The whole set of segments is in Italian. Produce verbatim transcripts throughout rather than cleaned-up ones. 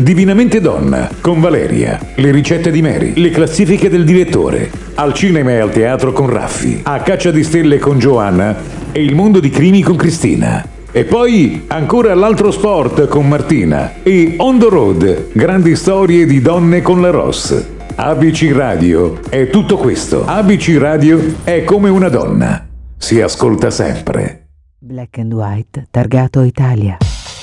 Divinamente Donna con Valeria, le ricette di Mary, le classifiche del direttore, al cinema e al teatro con Raffi, a Caccia di Stelle con Giovanna e il mondo di crimi con Cristina. E poi ancora l'altro sport con Martina e On the Road, grandi storie di donne con la Ross. A B C Radio è tutto questo. A B C Radio è come una donna, si ascolta sempre. Black and White, targato Italia.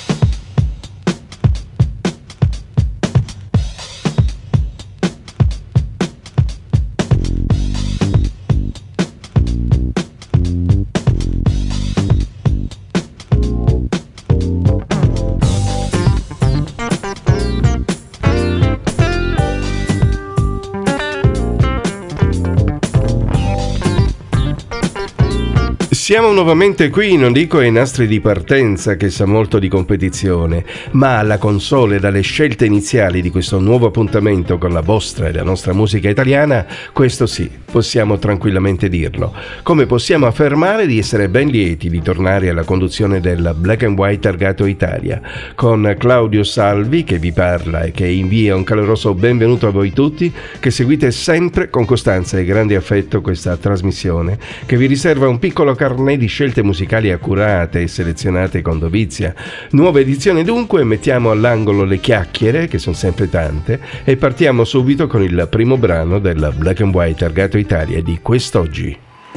Siamo nuovamente qui, non dico ai nastri di partenza che sa molto di competizione, ma alla console e dalle scelte iniziali di questo nuovo appuntamento con la vostra e la nostra musica italiana, questo sì, possiamo tranquillamente dirlo. Come possiamo affermare di essere ben lieti di tornare alla conduzione del Black and White targato Italia, con Claudio Salvi che vi parla e che invia un caloroso benvenuto a voi tutti, che seguite sempre con costanza e grande affetto questa trasmissione, che vi riserva un piccolo carnet di scelte musicali accurate e selezionate con dovizia. Nuova edizione dunque, mettiamo all'angolo le chiacchiere, che sono sempre tante, e partiamo subito con il primo brano del Black and White targato Italia di quest'oggi.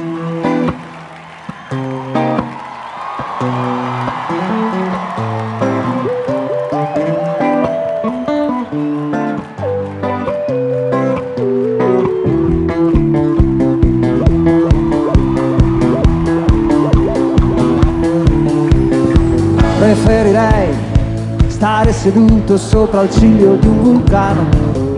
Preferirei stare seduto sopra il ciglio di un vulcano.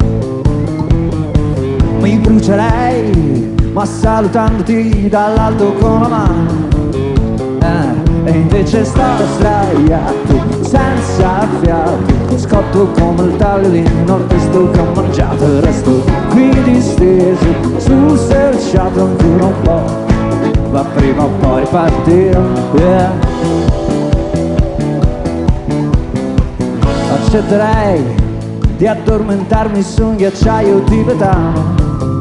Mi brucerei, ma salutandoti dall'alto con la mano. Eh, e invece sto sdraiato, senza fiato, scotto come il taglio di un nord-est che ho mangiato. E resto qui disteso sul selciato ancora un po', ma prima o poi ripartirò. Yeah. Accetterei di addormentarmi su un ghiacciaio tibetano.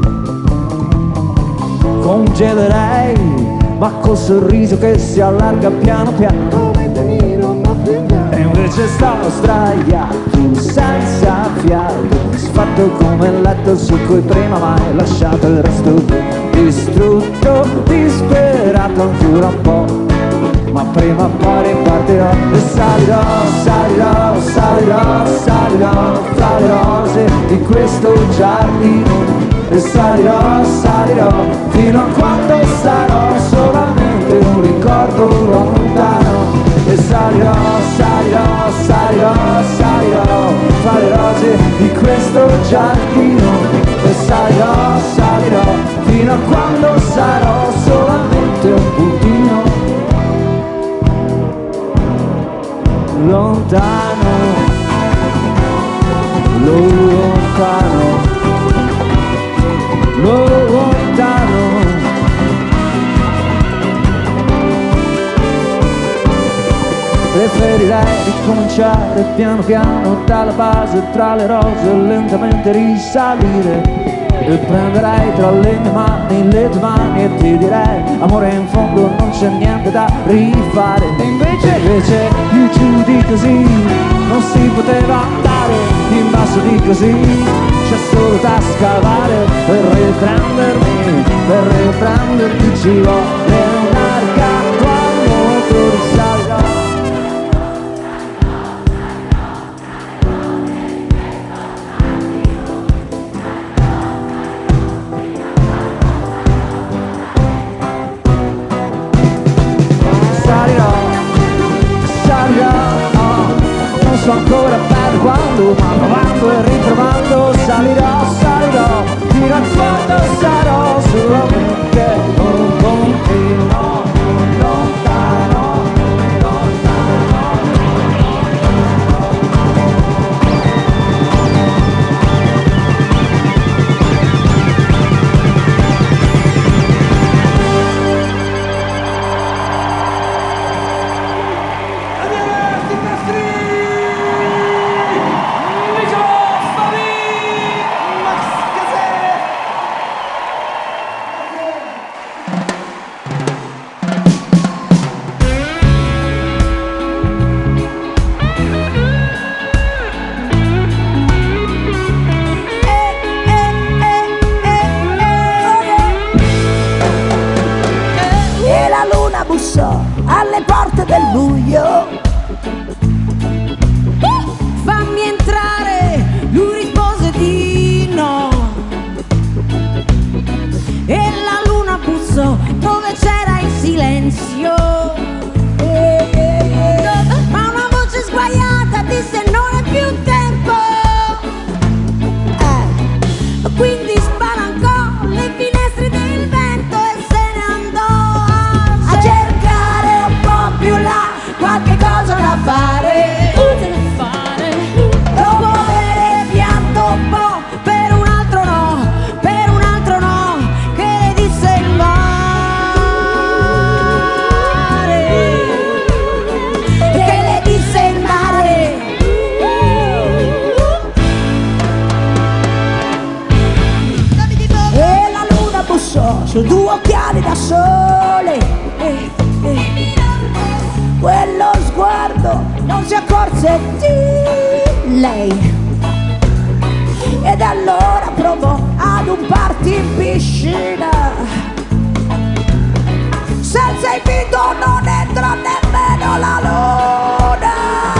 Congelerei, ma col sorriso che si allarga piano piano. E invece sto sdraiato, senza fiato, sfatto come il letto su cui prima mai lasciato. Il resto distrutto, disperato ancora un po', ma prima o poi ripartirò. E salirò, salirò, salirò, salirò fra le rose di questo giardino. E salirò, salirò fino a quando sarò solamente un ricordo lontano. E salirò, salirò, salirò, salirò fra le rose di questo giardino. E salirò, salirò fino a quando sarò solamente un puntino lontano, lontano, lontano. Preferirei ricominciare piano piano dalla base tra le rose e lentamente risalire. E prenderei tra le mie mani le tue mani e ti direi: amore, in fondo non c'è niente da rifare. E invece, invece più giù di così non si poteva andare, in basso di così c'è solo da scavare. Per riprendermi, per riprenderti ci vuole un'arca quando tu risalirò. So ancora bene quando, ma provando e ritrovando salirò, salirò fino a quando sarò solamente un continuo lontano, lontano. forse di lei. Ed allora provò ad un party in piscina, senza il vito non entra nemmeno la luna.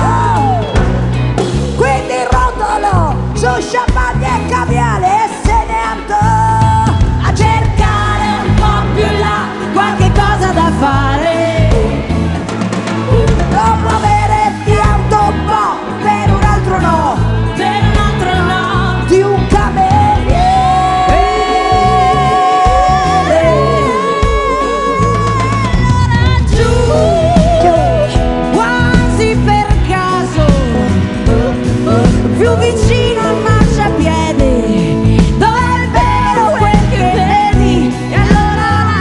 Quindi rotolò su champagne e caviale e se ne andò a cercare un po' più in là qualche cosa da fare. Dopo avere pianto un po' per un altro no, per un altro no di un cameriere, giù, giù, quasi per caso, più vicino al marciapiede, dov'è il vero quel che vedi? E allora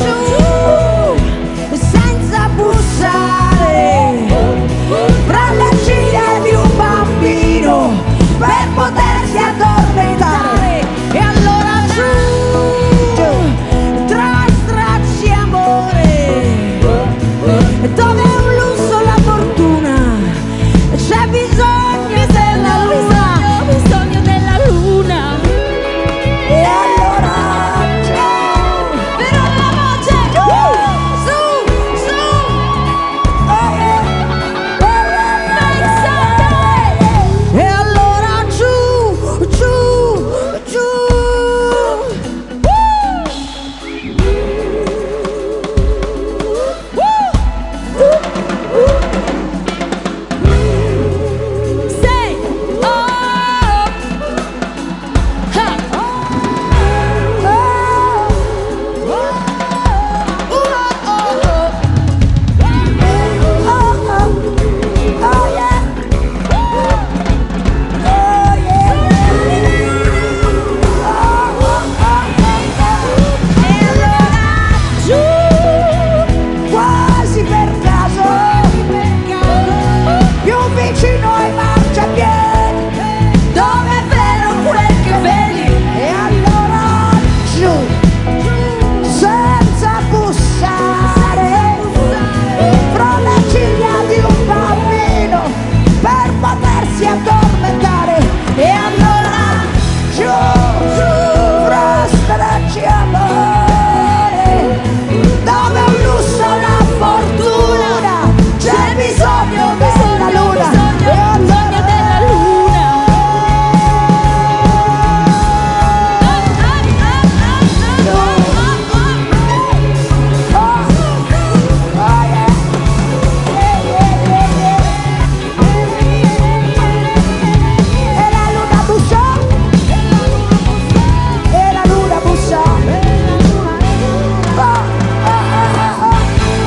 giù, senza bussare, tra le ciglia di un bambino per potersi addormentare. E allora giù, tra stracci e amore, dove è un lusso la fortuna, c'è bisogno della luna, bisogno della luna. E allora giù, però la voce giù, su, su, oh yeah, oh yeah, e allora giù, giù, giù. Say, oh, ha, oh, oh, oh, oh, yeah. E allora giù, quasi per caso, più vicino ai marciapiedi, dove è vero quel che vedi. E allora giù, senza bussare, fra le ciglia di un bambino per potersi addormentare. E allora giù, fra stracci amore, dove un lusso la fortuna, c'è bisogno della luna. E allora della luna. E la luna bussò, e la luna bussò. Oh, oh, oh, oh,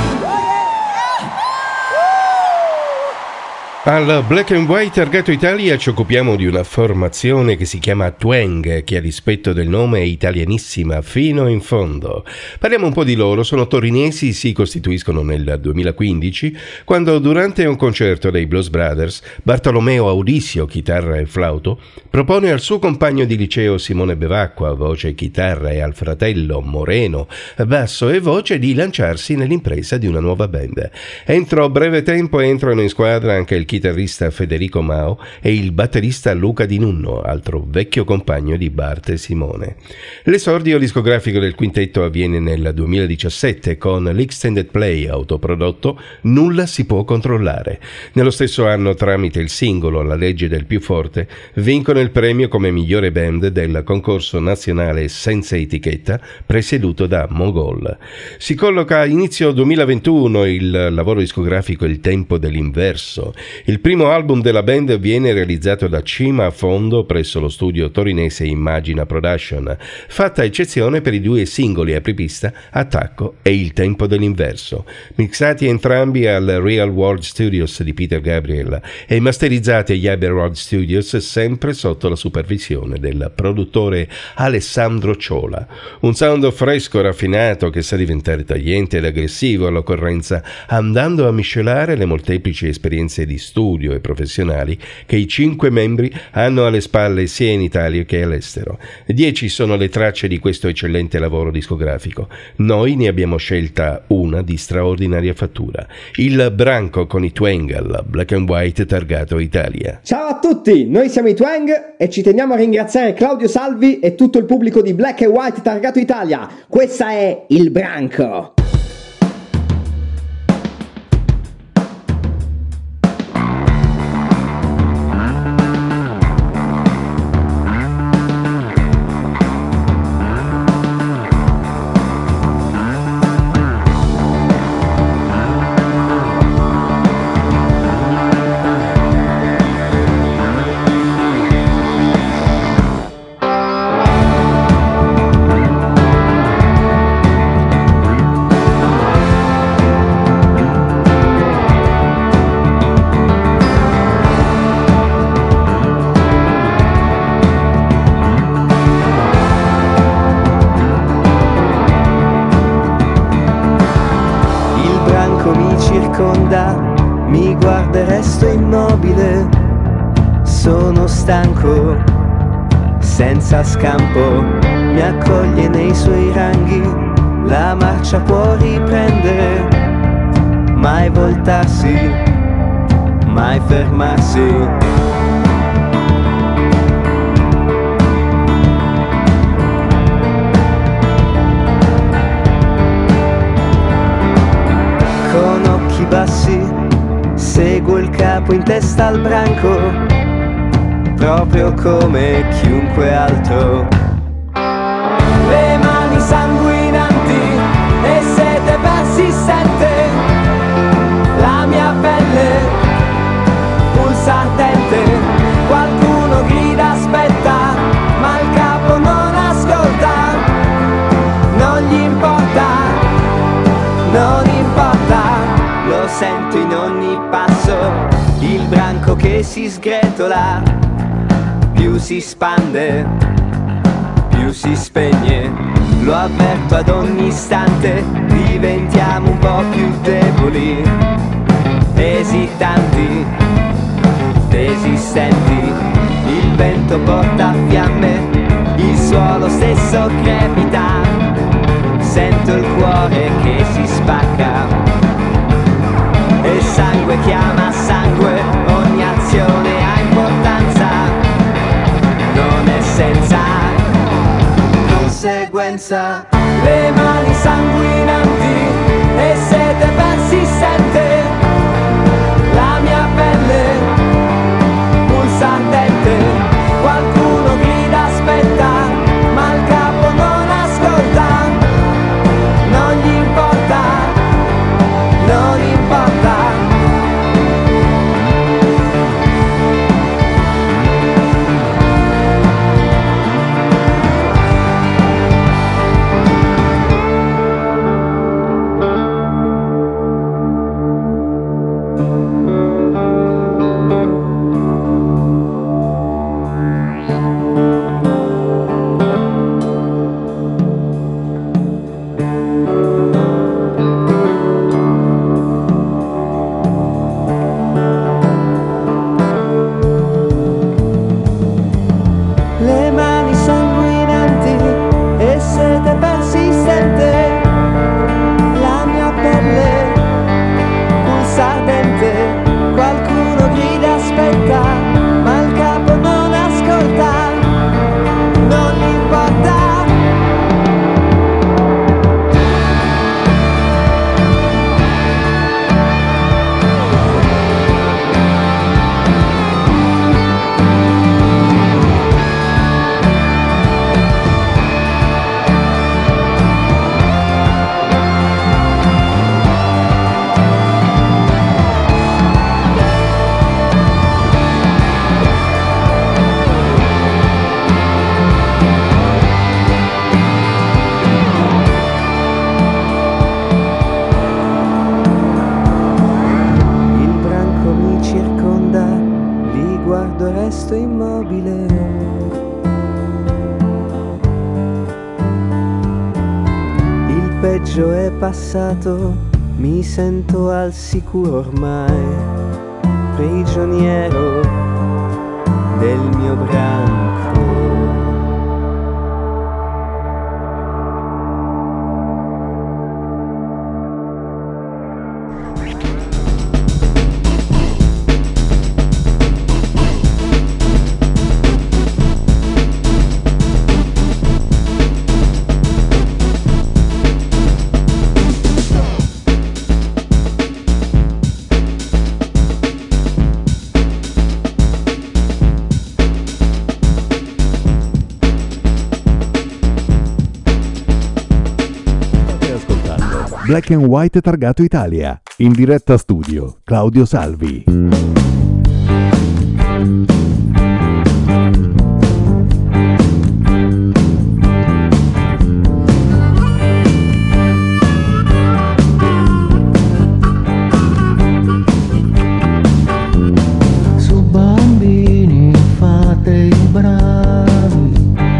Al Black and White Targato Italia ci occupiamo di una formazione che si chiama Twang, che a dispetto del nome è italianissima fino in fondo. Parliamo un po' di loro. Sono torinesi, si costituiscono nel duemilaquindici, quando durante un concerto dei Blues Brothers Bartolomeo Audisio, chitarra e flauto, propone al suo compagno di liceo Simone Bevacqua, voce e chitarra, e al fratello Moreno, basso e voce, di lanciarsi nell'impresa di una nuova band. Entro breve tempo entrano in squadra anche il chitarrista Federico Mao e il batterista Luca Di Nunno, altro vecchio compagno di Bart e Simone. L'esordio discografico del quintetto avviene nel duemiladiciassette con l'extended play autoprodotto Nulla si può controllare. Nello stesso anno, tramite il singolo La legge del più forte, vincono il premio come migliore band del concorso nazionale Senza etichetta, presieduto da Mogol. Si colloca a inizio duemilaventuno il lavoro discografico Il tempo dell'inverso. Il primo album della band viene realizzato da Cima a Fondo presso lo studio torinese Immagina Production, fatta eccezione per i due singoli apripista Attacco e Il tempo dell'inverso, mixati entrambi al Real World Studios di Peter Gabriel e masterizzati agli Abbey Road Studios, sempre sotto la supervisione del produttore Alessandro Ciola. Un sound fresco, raffinato, che sa diventare tagliente ed aggressivo all'occorrenza, andando a miscelare le molteplici esperienze di studio e professionali che i cinque membri hanno alle spalle sia in Italia che all'estero. Dieci sono le tracce di questo eccellente lavoro discografico. Noi ne abbiamo scelta una di straordinaria fattura. Il Branco con i Twang, Black and White targato Italia. Ciao a tutti, noi siamo i Twang e ci teniamo a ringraziare Claudio Salvi e tutto il pubblico di Black and White targato Italia. Questa è Il Branco. Mi guarda e resto immobile, sono stanco, senza scampo, mi accoglie nei suoi ranghi, la marcia può riprendere, mai voltarsi, mai fermarsi. Bassi, seguo il capo in testa al branco, proprio come chiunque altro. Le mani sanguinanti e sete persistente, la mia pelle pulsa ardente, qualcuno grida aspetta, ma il capo non ascolta, non gli importa, non importa. Lo sento in ogni passo, il branco che si sgretola, più si spande, più si spegne. Lo avverto ad ogni istante, diventiamo un po' più deboli, esitanti, desistenti. Il vento porta fiamme, il suolo stesso crepita, sento il cuore che si spacca. E sangue chiama sangue, ogni azione ha importanza, non è senza conseguenza. Le mani sanguinanti e sete persistente, la mia pelle pulsa ardente, qualcuno grida aspetta, ma il capo non ascolta, non gli importa, non importa. resto immobile. Il peggio è passato, mi sento al sicuro ormai. prigioniero del mio branco. Black and White Targato Italia. In diretta studio, Claudio Salvi. Su bambini fate i bravi,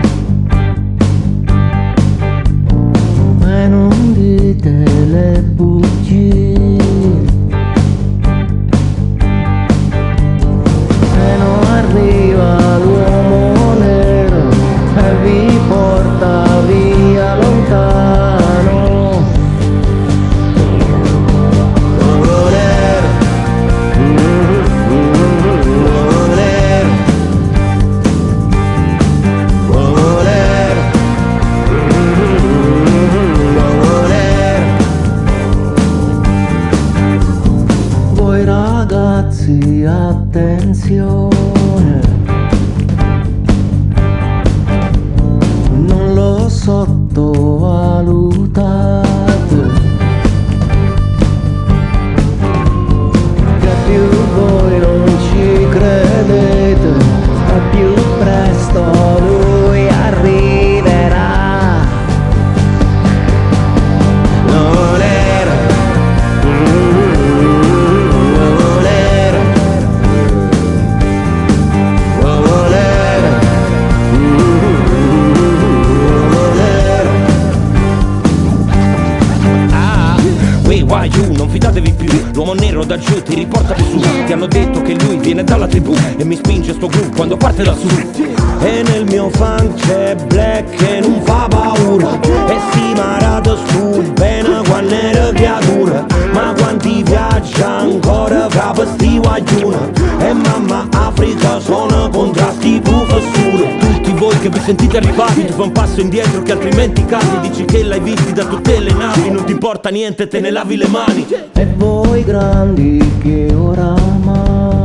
ma non dite le bugie. Se non arriva l'uomo nero e vi porta via lontano, l'uomo nero, l'uomo nero, l'uomo nero, l'uomo nero. Voi ragazzi, attenzione, non lo sottovalutate, che più voi non ci credete, e più presto lui arriverà. L'uomo nero, l'uomo nero, l'uomo nero, l'uomo nero. Ah, wait, why you? Non fidatevi più, l'uomo nero da giù ti riporta più su. Ti hanno detto che lui viene dalla tribù e mi spinge sto groove quando parte da su. E nel mio funk c'è Black che non fa paura, e si marata su bene quando era creatura. Ma quanti viaggia ancora fra questi guagliuna, e mamma Africa sono contrasti professore. Tutti voi che vi sentite arrivati, tu fai un passo indietro che altrimenti cadi. Dici che l'hai visti da tutte le navi, non ti importa niente, te ne lavi le mani. E voi grandi che oramai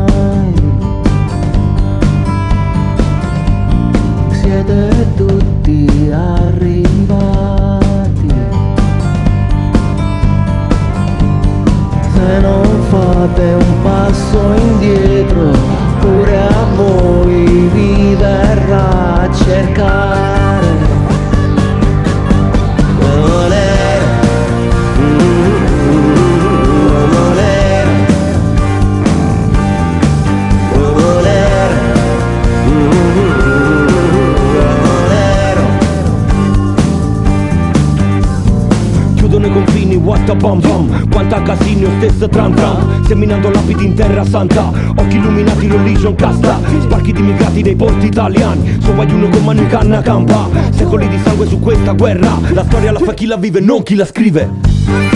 siete tutti arrivati, se non fate un passo indietro, pure a voi vi verrà a cercare. L'uomo nero, l'uomo nero, l'uomo nero, l'uomo nero. Chiudono i confini, what a bam bam, quanta casino, stessa tram tram, seminando lapidi in terra santa, occhi illuminati, religion casta, sparchi di immigrati nei porti italiani, so guagliuno con mano in canna campa, secoli di sangue su questa guerra, la storia la fa chi la vive, non chi la scrive.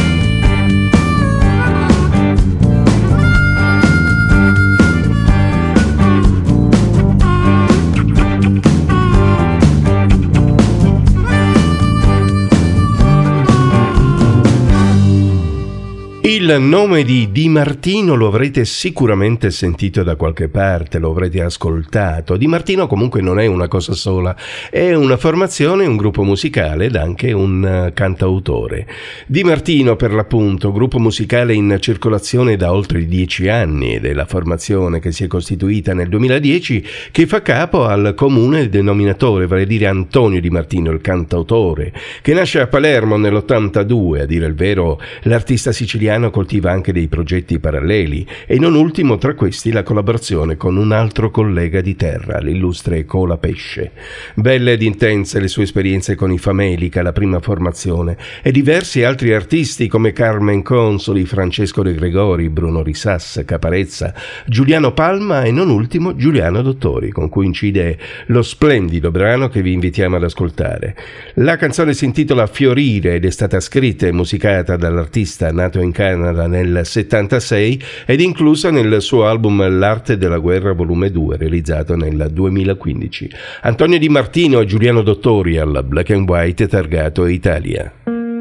Il nome di Di Martino lo avrete sicuramente sentito da qualche parte, lo avrete ascoltato. Di Martino comunque non è una cosa sola, è una formazione, un gruppo musicale ed anche un cantautore. Di Martino, per l'appunto, gruppo musicale in circolazione da oltre dieci anni, ed è la formazione che si è costituita nel duemiladieci che fa capo al comune denominatore, vale a dire Antonio Di Martino, il cantautore, che nasce a Palermo nell'ottantadue, a dire il vero l'artista siciliano con coltiva anche dei progetti paralleli e non ultimo tra questi la collaborazione con un altro collega di terra, l'illustre Cola Pesce. Belle ed intense le sue esperienze con i Famelica, la prima formazione, e diversi altri artisti come Carmen Consoli, Francesco De Gregori, Bruno Risas, Caparezza, Giuliano Palma e non ultimo Giuliano Dottori, con cui incide lo splendido brano che vi invitiamo ad ascoltare. La canzone si intitola Fiorire ed è stata scritta e musicata dall'artista nato in Canada nel settantasei ed inclusa nel suo album L'arte della guerra volume due, realizzato nel duemilaquindici. Antonio Di Martino e Giuliano Dottori al Black and White targato Italia.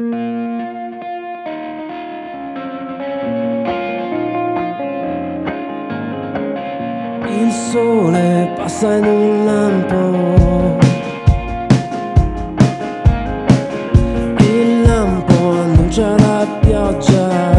Il sole passa in un lampo, il lampo annuncia la pioggia.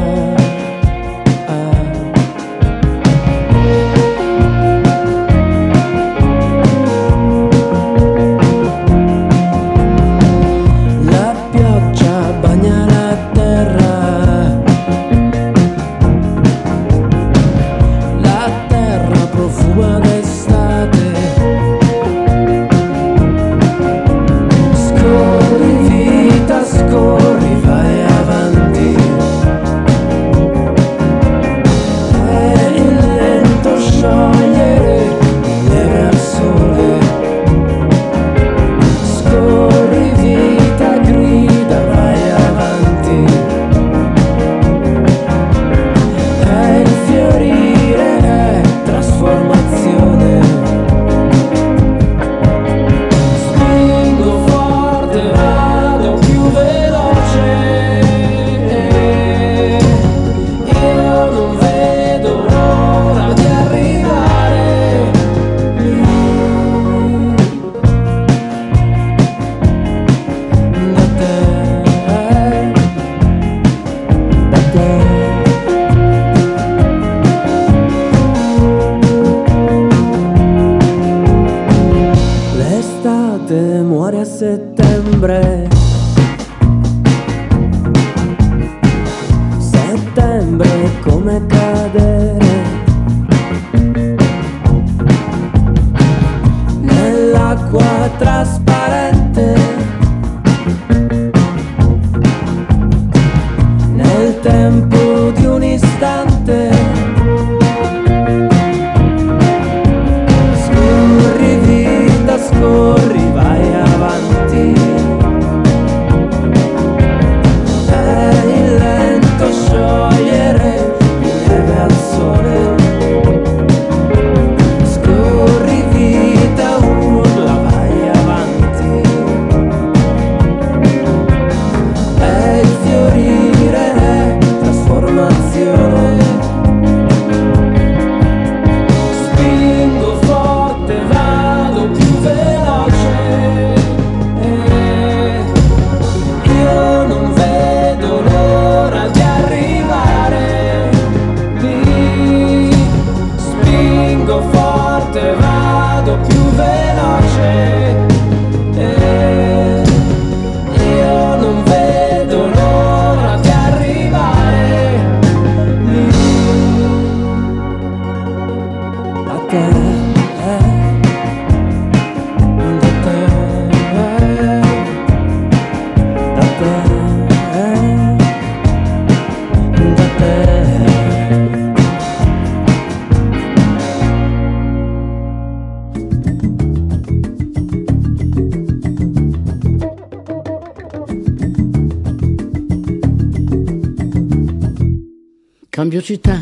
Cambio città,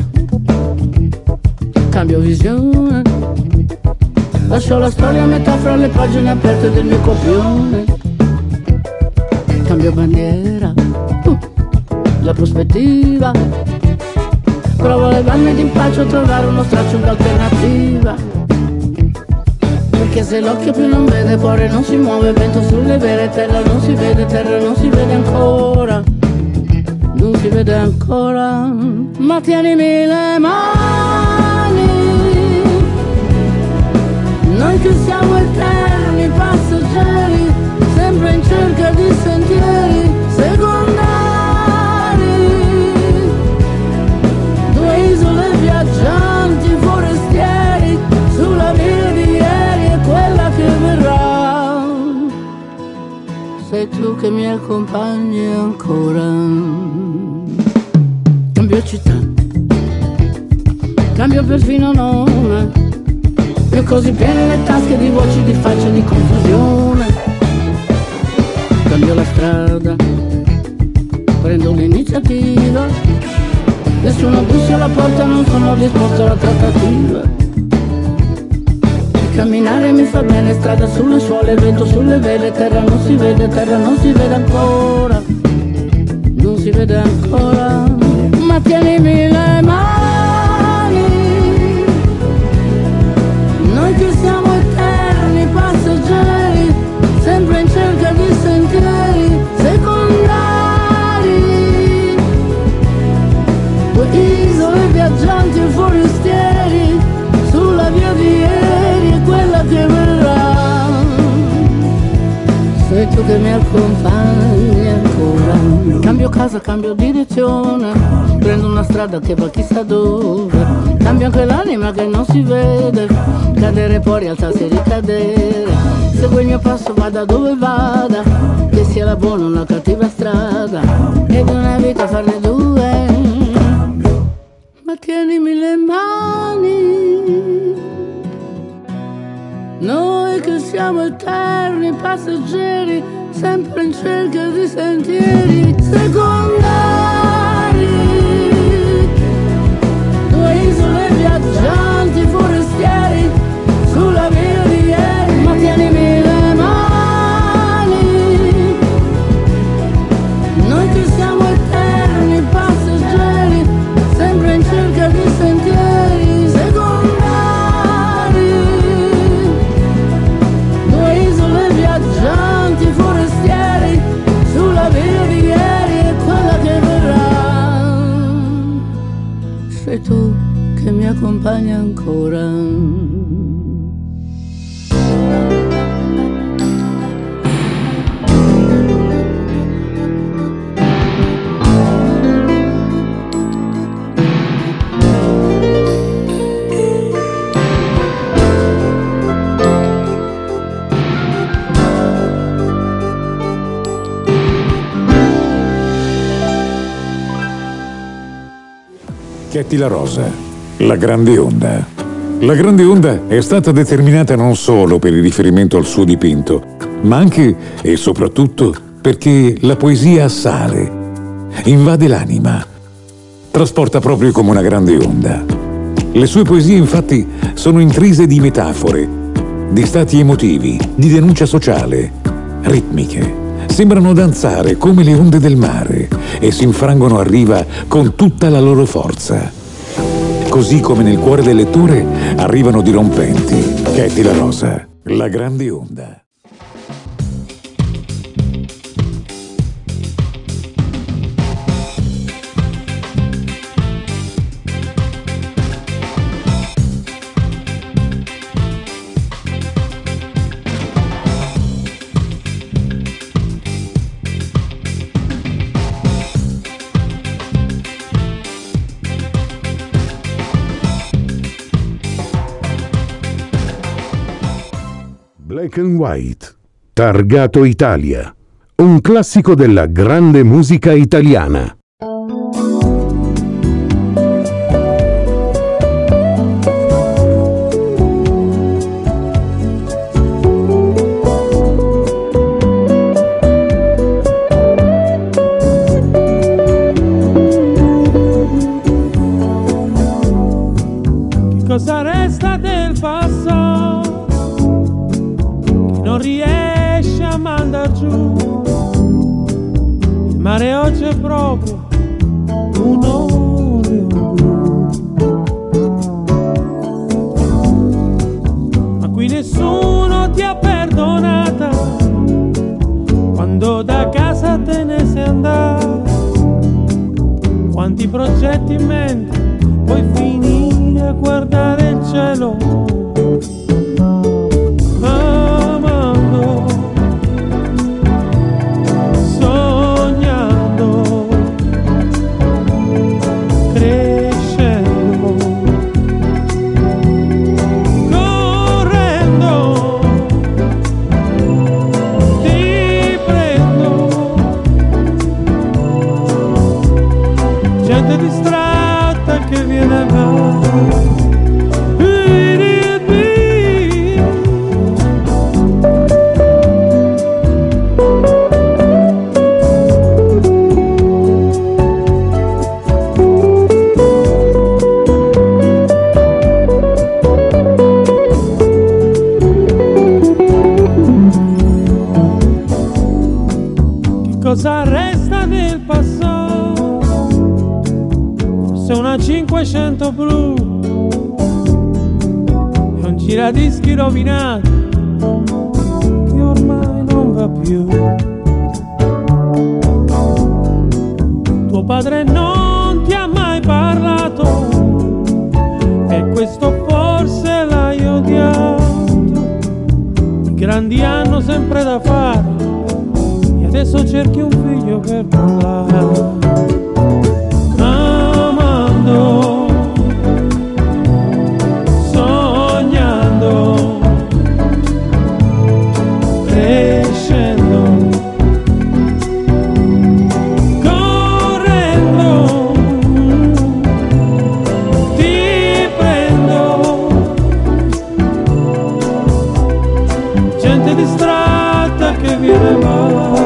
cambio visione, lascio la storia a metà fra le pagine aperte del mio copione. Cambio bandiera, uh, la prospettiva, provo a levarmi d'impaccio a trovare uno straccio d'alternativa. Perché se l'occhio più non vede, cuore non si muove, vento sulle vere, terra non si vede, terra non si vede ancora. Non si vede ancora, ma tienimi le mani. Noi che siamo eterni passeggeri, sempre in cerca di sentieri secondari. sei tu che mi accompagni ancora. Cambio città, cambio perfino nome, e ho così piene le tasche di voci, di facce, di confusione. Cambio la strada, prendo l'iniziativa, nessuno bussa alla porta, non sono disposto alla trattativa. Camminare mi fa bene, strada sulle suole, vento sulle vele, terra non si vede, terra non si vede ancora, non si vede ancora, ma tienimi le mani, noi che siamo eterni passeggeri, sempre in cerca di sentieri secondari, due isole viaggianti e forestieri, sulla via di ieri e quella che verrà, sei tu che mi accompagni ancora. Cambio casa, cambio direzione, prendo una strada che va chissà dove, cambio anche l'anima che non si vede, cadere poi rialzarsi e ricadere, seguo il mio passo, vada dove vada, che sia la buona o la cattiva strada, ed una vita farne due, ma tienimi le mani, noi che siamo eterni passeggeri, sempre in cerca di sentieri secondari, due isole viaggianti forestieri, sulla via di ieri, ma tienimi le mani, noi che siamo eterni passeggeri, sempre in cerca di sentieri secondari, due isole viaggianti forestieri, sulla via di ieri e quella che verrà, sei tu che mi accompagni ancora. Ketty La Rosa, La Grande Onda. La Grande Onda è stata determinata non solo per il riferimento al suo dipinto, ma anche e soprattutto perché la poesia assale, invade l'anima, trasporta proprio come una grande onda. Le sue poesie infatti sono intrise di metafore, di stati emotivi, di denuncia sociale, ritmiche. Sembrano danzare come le onde del mare e si infrangono a riva con tutta la loro forza. Così come nel cuore del lettore arrivano dirompenti. Ketty La Rosa, La Grande Onda. Black and White, Targato Italia, un classico della grande musica italiana. Che cosa resta del passato? Non riesce a mandar giù, il mare oggi è proprio un olio blu, ma qui nessuno ti ha perdonata quando da casa te ne sei andato. Quanti progetti in mente, puoi finire a guardare il cielo prendo cinquecento blu e un giradischi rovinato che ormai non va più. Tuo padre non ti ha mai parlato e questo forse l'hai odiato. I grandi hanno sempre da fare e adesso cerchi un figlio per parlare. Amando, sognando, crescendo, correndo, ti prendo, gente distratta che viene e va.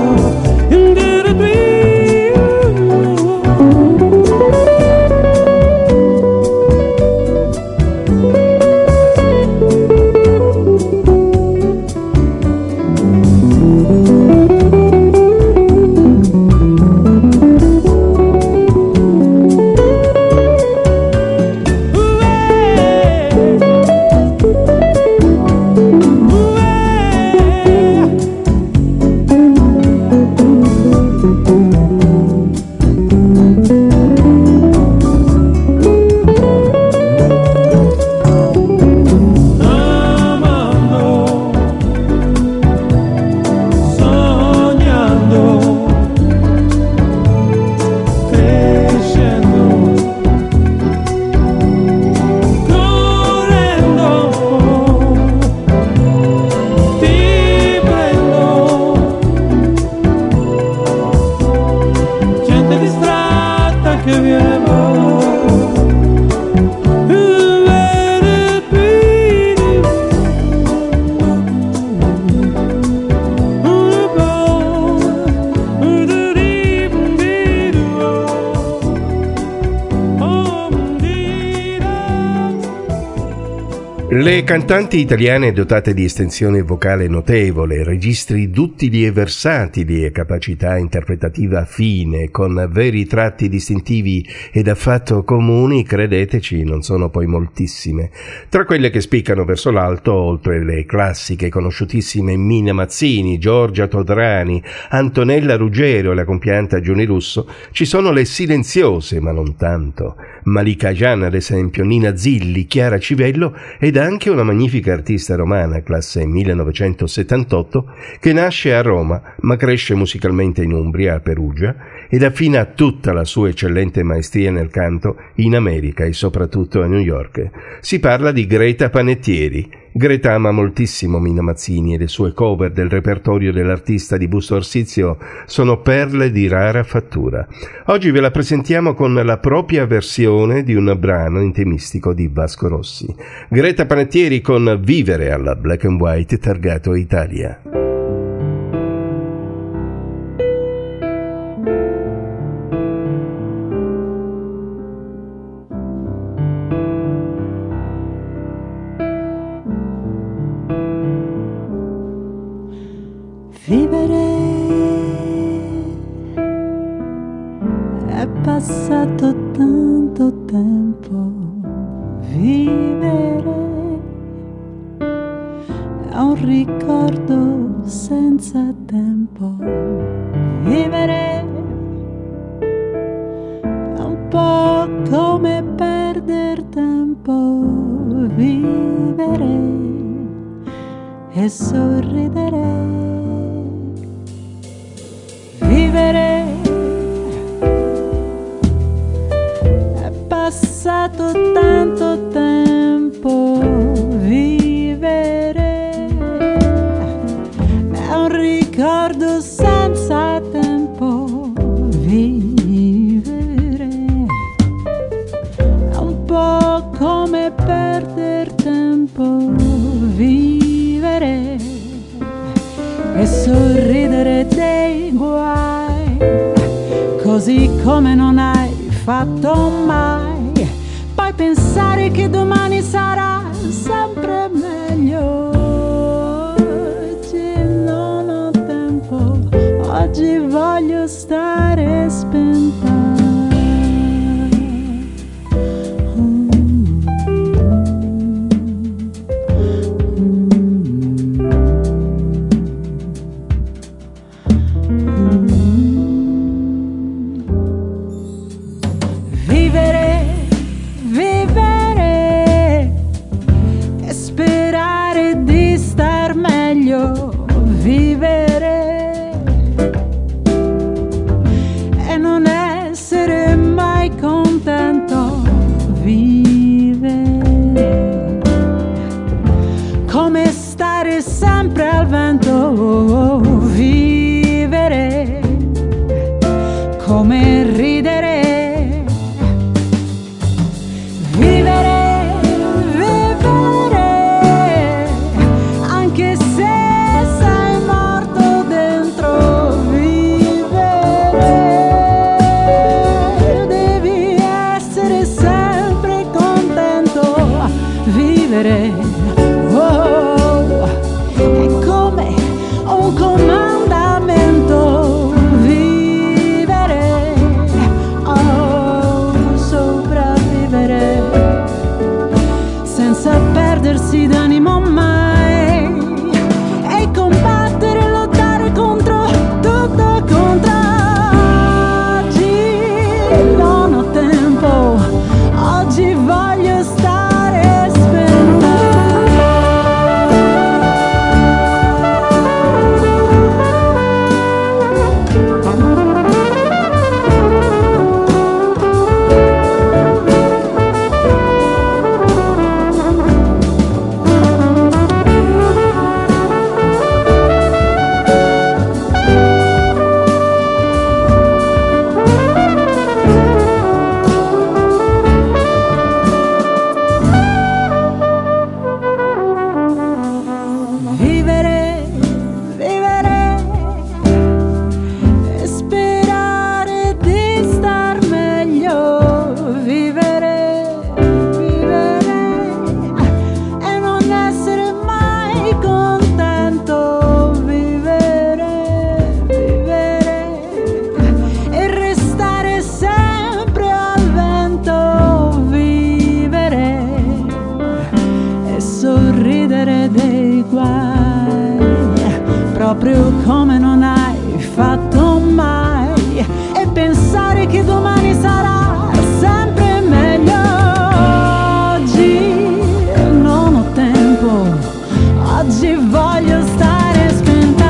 Le cantanti italiane dotate di estensione vocale notevole, registri duttili e versatili e capacità interpretativa fine, con veri tratti distintivi ed affatto comuni, credeteci, non sono poi moltissime. Tra quelle che spiccano verso l'alto, oltre le classiche conosciutissime Mina Mazzini, Giorgia Todrani, Antonella Ruggero e la compianta Giuni Russo, ci sono le silenziose, ma non tanto, Malika Ayane ad esempio, Nina Zilli, Chiara Civello ed anche una magnifica artista romana, classe millenovecentosettantotto, che nasce a Roma ma cresce musicalmente in Umbria, a Perugia, ed affina tutta la sua eccellente maestria nel canto in America e soprattutto a New York. Si parla di Greta Panettieri. Greta ama moltissimo Mina Mazzini e le sue cover del repertorio dell'artista di Busto Arsizio sono perle di rara fattura. Oggi ve la presentiamo con la propria versione di un brano intimistico di Vasco Rossi. Greta Panettieri con Vivere alla Black and White targato Italia. Vivere è passato tanto tempo, vivere è un ricordo senza tempo, vivere è un po' come perder tempo, vivere e sorridere. Vivere è passato tanto tempo, vivere è un ricordo senza tempo, vivere è un po' come perder tempo, vivere e sorridere dei guai, così come non hai fatto mai, poi pensare che domani sarà sempre meglio. Oggi non ho tempo, oggi voglio stare spenta, sempre al vento, vivere come ridere, vivere, vivere, anche se sei morto dentro, vivere, devi essere sempre contento, vivere, oh, è come un comandamento, vivere, oh, sopravvivere, senza perdersi d'animo mai, e combattere e lottare contro tutto, contro oggi, non ho tempo, oggi voglio stare spenta. Vivere, vivere e sperare di star meglio, vivere, vivere e non essere mai contento, vivere, vivere e restare sempre al vento, vivere e sorridere dei guai, proprio come non hai fatto mai, e pensare che domani sarà sempre meglio. Oggi non ho tempo, oggi voglio stare spenta.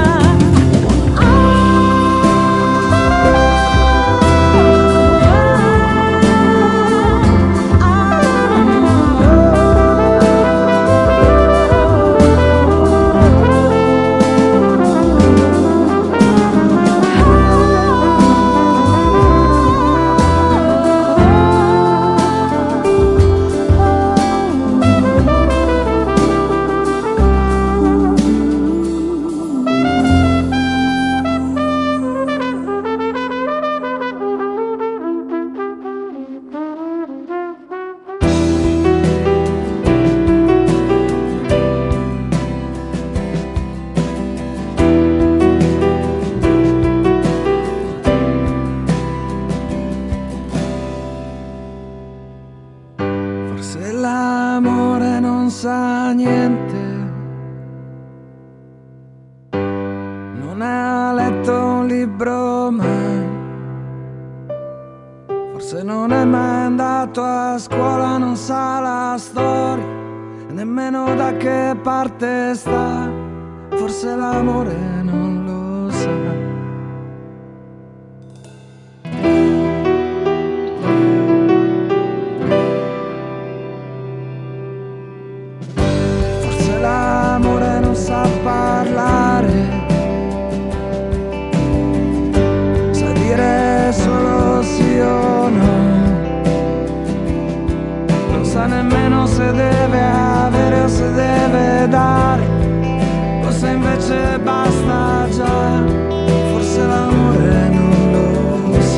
Forse l'amore non sa niente, non ha letto un libro mai, forse non è mai andato a scuola, non sa la storia e nemmeno da che parte sta, forse l'amore non lo sa. L'amore non sa parlare, sa dire solo sì o no, non sa nemmeno se deve avere o se deve dare, o se invece basta già, forse l'amore non lo sa.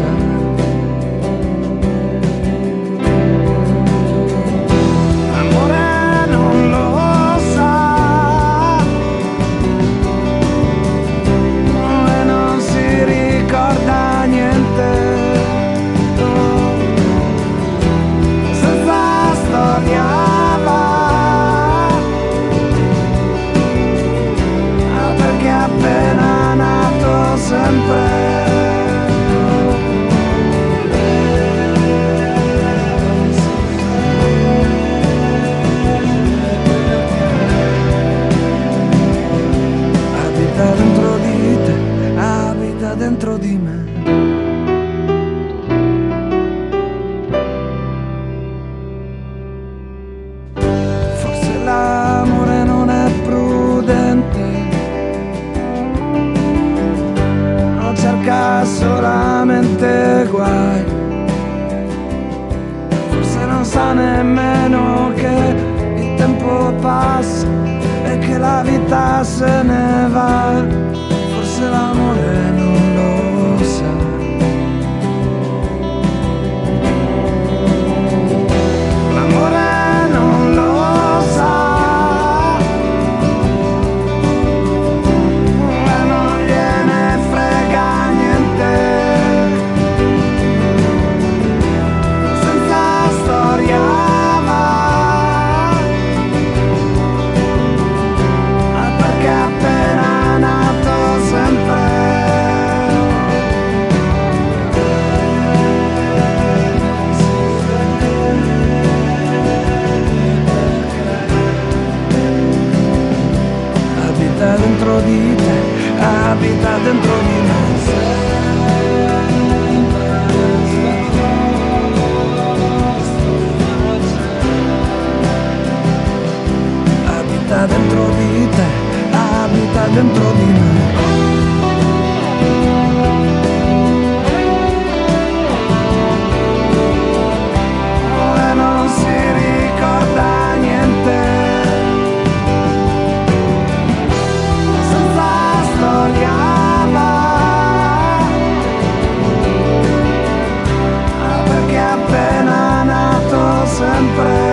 L'amore non lo sa, e non si ricorda niente, senza storia va, ah, perché è appena nato sempre. Abita dentro di te, abita dentro di me. Forse l'amore non è prudente, veramente guai. Forse non sa nemmeno che il tempo passa e che la vita se ne va. Forse l'amore non lo sa. L'amore non lo sa e non gliene frega niente. Senza storia va, perché è appena nato sempre. Abita dentro di te, abita dentro di me. Abita dentro di te, abita dentro di me. E non si ricorda niente. Senza storia va, perché è appena nato sempre.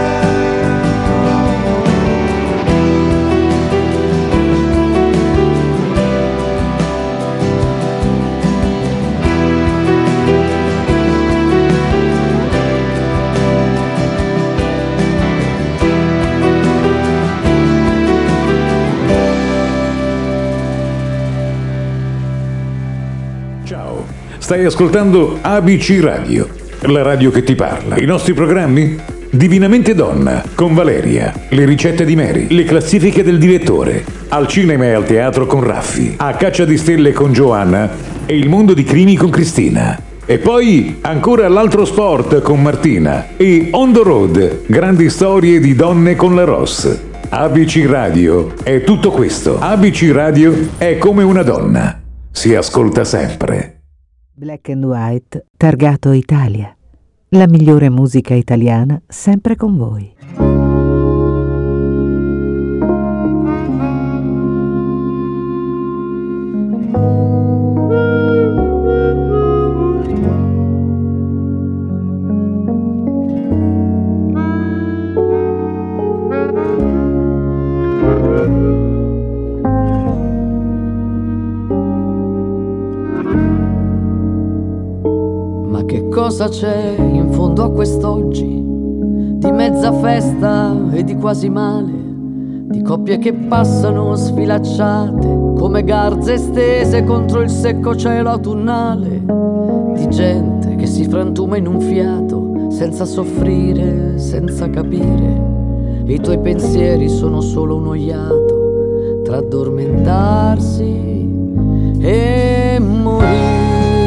Ciao, stai ascoltando A B C Radio, la radio che ti parla. I nostri programmi? Divinamente Donna, con Valeria, le ricette di Mary, le classifiche del direttore, al cinema e al teatro con Raffi, A caccia di stelle con Giovanna e il mondo di crimi con Cristina. E poi ancora l'altro sport con Martina e On the Road, grandi storie di donne con la Ross. A B C Radio è tutto questo. A B C Radio è come una donna. Si ascolta sempre. Black and White, targato Italia. La migliore musica italiana sempre con voi. Cosa c'è in fondo a quest'oggi di mezza festa e di quasi male, di coppie che passano sfilacciate come garze stese contro il secco cielo autunnale, di gente che si frantuma in un fiato senza soffrire, senza capire, e i tuoi pensieri sono solo uno iato tra addormentarsi e morire.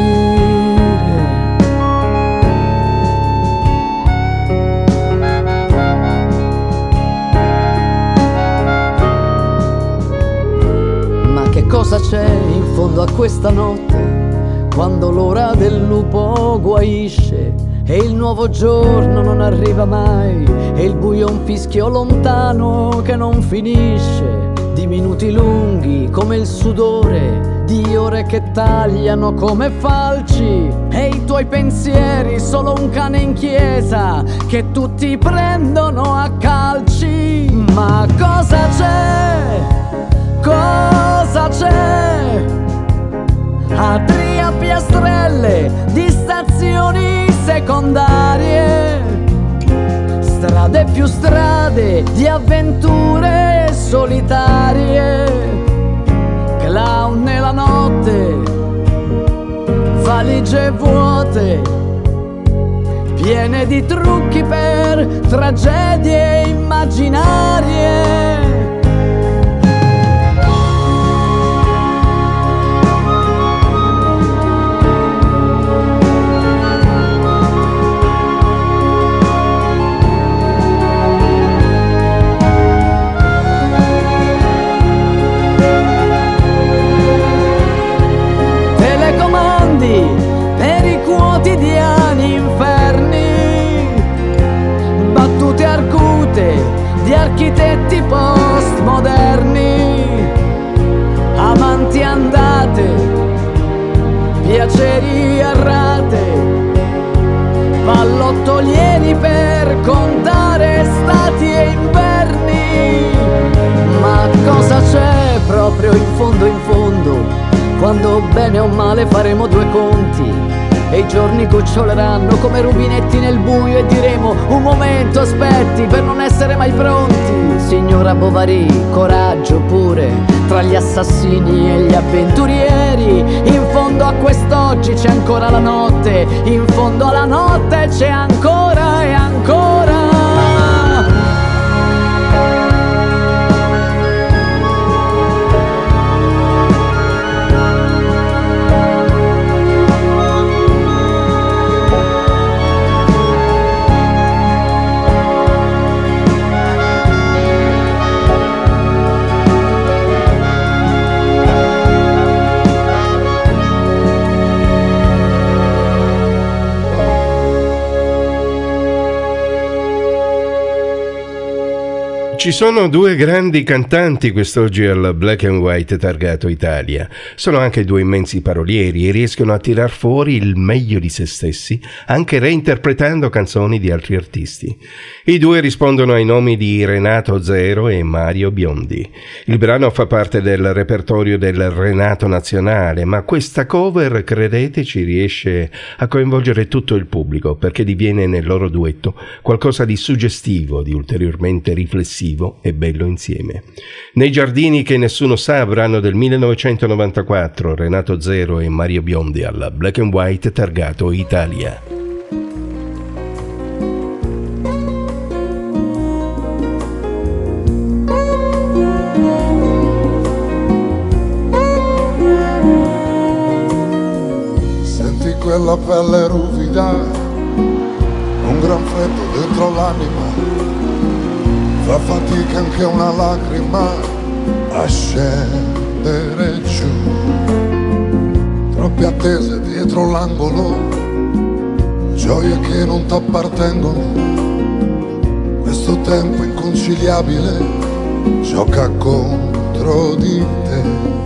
Cosa c'è in fondo a questa notte, quando l'ora del lupo guaisce e il nuovo giorno non arriva mai, e il buio è un fischio lontano che non finisce, di minuti lunghi come il sudore, di ore che tagliano come falci, e i tuoi pensieri solo un cane in chiesa che tutti prendono a calci. Ma cosa c'è? Cosa c'è? Atri a piastrelle di stazioni secondarie, strade più strade di avventure solitarie, clown nella notte, valigie vuote, piene di trucchi per tragedie immaginarie. Per piaceri a rate, pallottolieri per contare estati e inverni. Ma cosa c'è proprio in fondo in fondo, quando bene o male faremo due conti e i giorni goccioleranno come rubinetti nel buio e diremo un momento, aspetti, per non essere mai pronti. Signora Bovary, coraggio pure, tra gli assassini e gli avventurieri. In fondo a quest'oggi c'è ancora la notte, in fondo alla notte c'è ancora e ancora. Ci sono due grandi cantanti quest'oggi al Black and White targato Italia. Sono anche due immensi parolieri e riescono a tirar fuori il meglio di se stessi, anche reinterpretando canzoni di altri artisti. I due rispondono ai nomi di Renato Zero e Mario Biondi. Il brano fa parte del repertorio del Renato Nazionale, ma questa cover, credeteci, riesce a coinvolgere tutto il pubblico, perché diviene nel loro duetto qualcosa di suggestivo, di ulteriormente riflessivo e bello insieme. Nei giardini che nessuno sa, brano del millenovecentonovantaquattro, Renato Zero e Mario Biondi alla Black and White targato Italia. Senti quella pelle ruvida, un gran freddo dentro l'anima, fa fatica anche una lacrima a scendere giù. Troppe attese dietro l'angolo, gioie che non t'appartengono. Questo tempo inconciliabile gioca contro di te.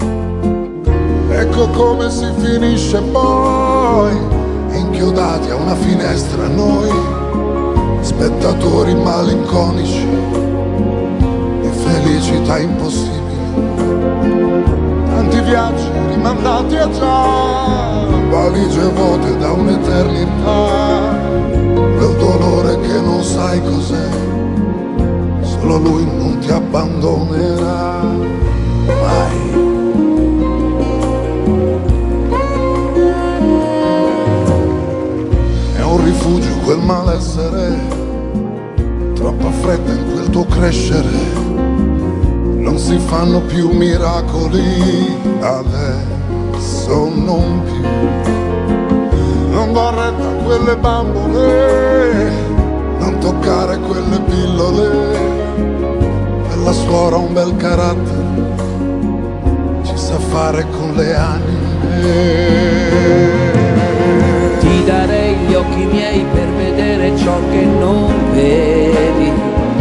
Ecco come si finisce poi, inchiodati a una finestra noi, spettatori malinconici, felicità impossibili, tanti viaggi rimandati a già, valigie vuote da un'eternità, quel dolore che non sai cos'è, solo lui non ti abbandonerà mai. È un rifugio quel malessere, troppa fretta in quel tuo crescere. Non si fanno più miracoli, adesso non più. Non do retta a quelle bambole, non toccare quelle pillole. Quella suora ha un bel carattere, ci sa fare con le anime. Ti darei gli occhi miei per vedere ciò che non vedi,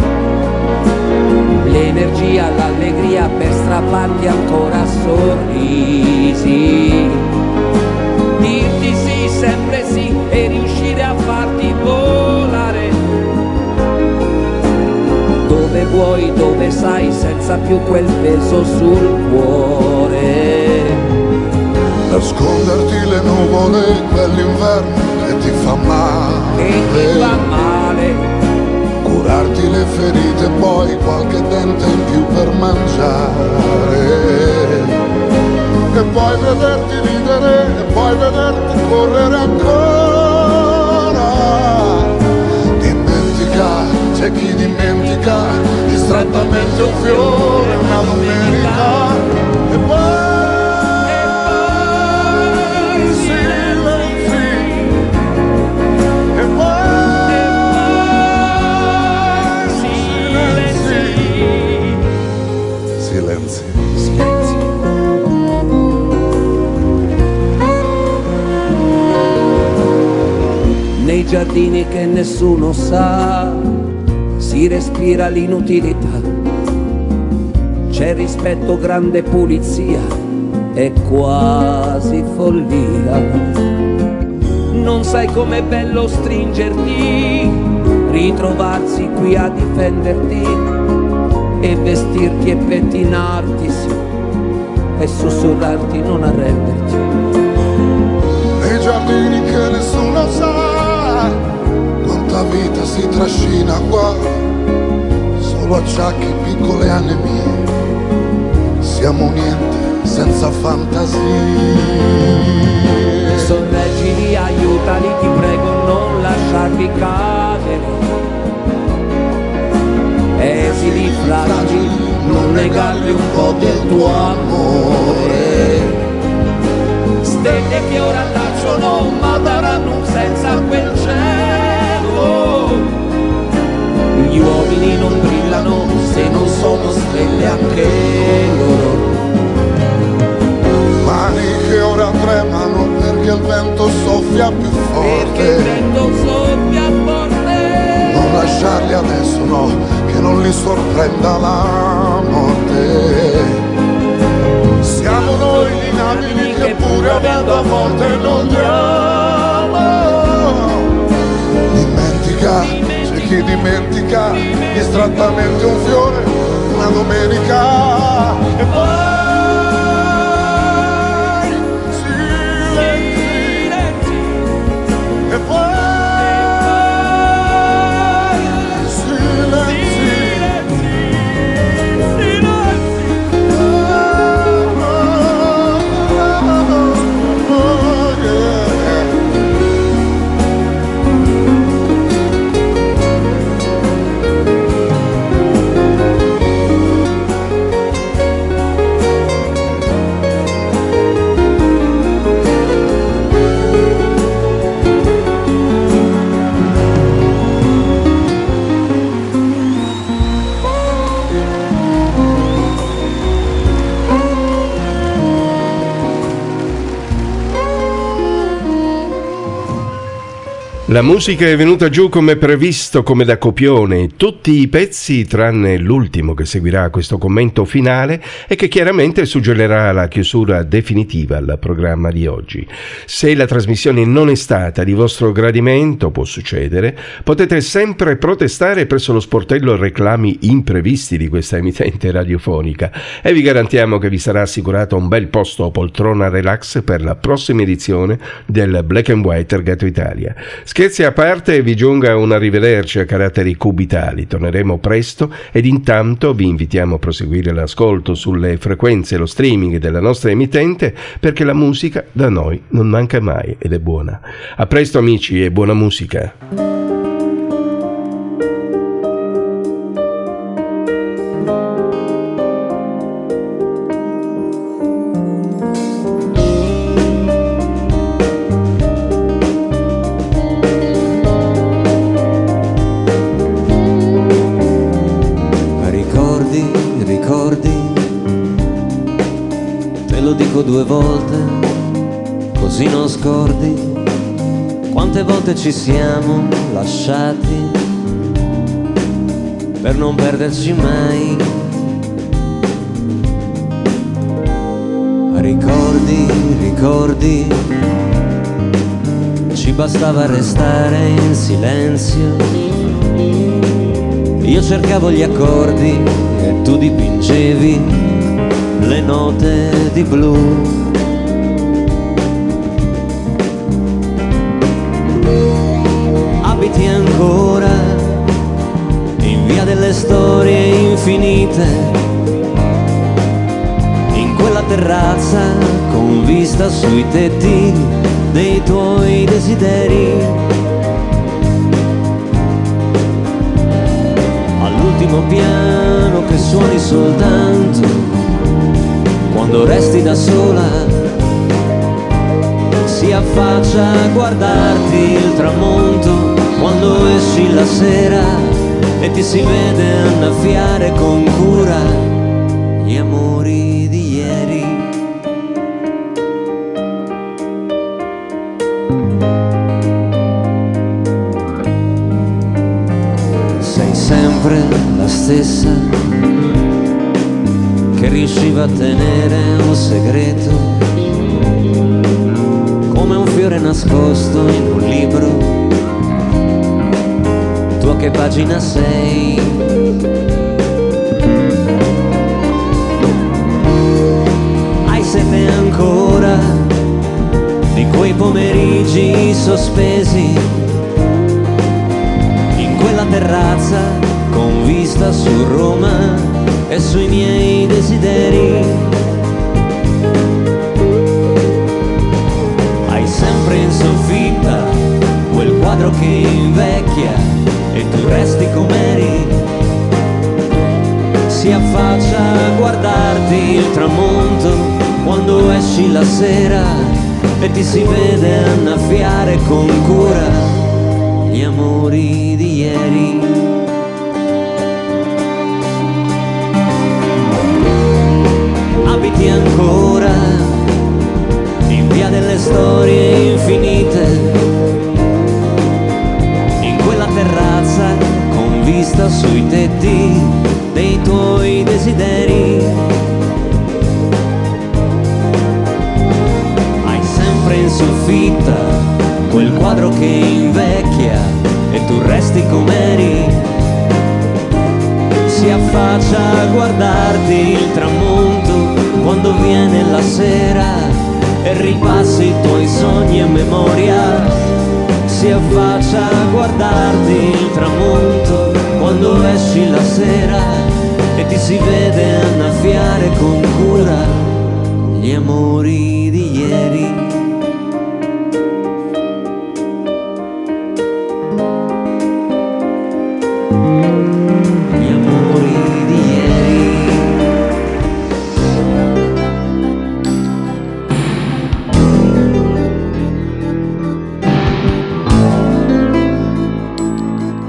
l'energia, l'allegria per strapparti ancora sorrisi, dirti sì, sempre sì e riuscire a farti volare dove vuoi, dove sai, senza più quel peso sul cuore. Nasconderti le nuvole, quell'inverno che ti fa male, che ti fa male, curarti le ferite, poi qualche dente in più per mangiare, e poi vederti ridere, e poi vederti correre ancora. Dimentica, c'è chi dimentica distrattamente un fiore, una domenica, e poi nei giardini che nessuno sa, si respira l'inutilità, c'è rispetto, grande pulizia, è quasi follia. Non sai com'è bello stringerti, ritrovarsi qui a difenderti e vestirti e pettinarti, sì, e sussurrarti non arrenderti. Nei giardini che nessuno sa quanta vita si trascina qua, solo acciacchi, piccole anemie, siamo niente senza fantasie. Sorreggili, aiutali, ti prego, non lasciarli cadere. Esili, fragili, non negarli un po' del tuo amore. Stelle che ora tacciono ma daranno un senso a quel cielo. Gli uomini non brillano se non sono stelle anche loro. Mani che ora tremano perché il vento soffia più forte. Perché il vento soffia forte. Non lasciarli adesso, no, che non li sorprenda la morte. Siamo noi gli inabili che pure avendo a volte non diamo. Dimentica, c'è chi dimentica distrattamente un fiore, una domenica e poi e poi silenzi, silenzi, oh, oh, yeah. La musica è venuta giù come previsto, come da copione, tutti i pezzi tranne l'ultimo che seguirà questo commento finale e che chiaramente suggerirà la chiusura definitiva al programma di oggi. Se la trasmissione non è stata di vostro gradimento, può succedere, potete sempre protestare presso lo sportello reclami imprevisti di questa emittente radiofonica e vi garantiamo che vi sarà assicurato un bel posto o poltrona relax per la prossima edizione del Black and White Targato Italia. Scherzi a parte, vi giunga un arrivederci a caratteri cubitali. Torneremo presto ed intanto vi invitiamo a proseguire l'ascolto sulle frequenze e lo streaming della nostra emittente, perché la musica da noi non manca mai ed è buona. A presto amici e buona musica. Due volte, così non scordi quante volte ci siamo lasciati per non perderci mai. Ricordi, ricordi, ci bastava restare in silenzio. Io cercavo gli accordi e tu dipingevi le note di blu. Abiti ancora in via delle storie infinite, in quella terrazza con vista sui tetti dei tuoi desideri. All'ultimo piano che suoni soltanto quando resti da sola, si affaccia a guardarti il tramonto quando esci la sera e ti si vede annaffiare con cura gli amori di ieri. Sei sempre la stessa che riusciva a tenere un segreto nascosto in un libro. Tu a che pagina sei? Hai sete ancora di quei pomeriggi sospesi in quella terrazza con vista su Roma e sui miei desideri? Sempre in soffitta quel quadro che invecchia e tu resti com'eri. Si affaccia a guardarti il tramonto quando esci la sera e ti si vede annaffiare con cura gli amori di ieri. Abiti ancora in via delle storie infinite, in quella terrazza con vista sui tetti dei tuoi desideri. Hai sempre in soffitta quel quadro che invecchia e tu resti com'eri. Si affaccia a guardarti il tramonto quando viene la sera e ripassi i tuoi sogni e memoria. Si affaccia a guardarti il tramonto quando esci la sera e ti si vede annaffiare con cura gli amori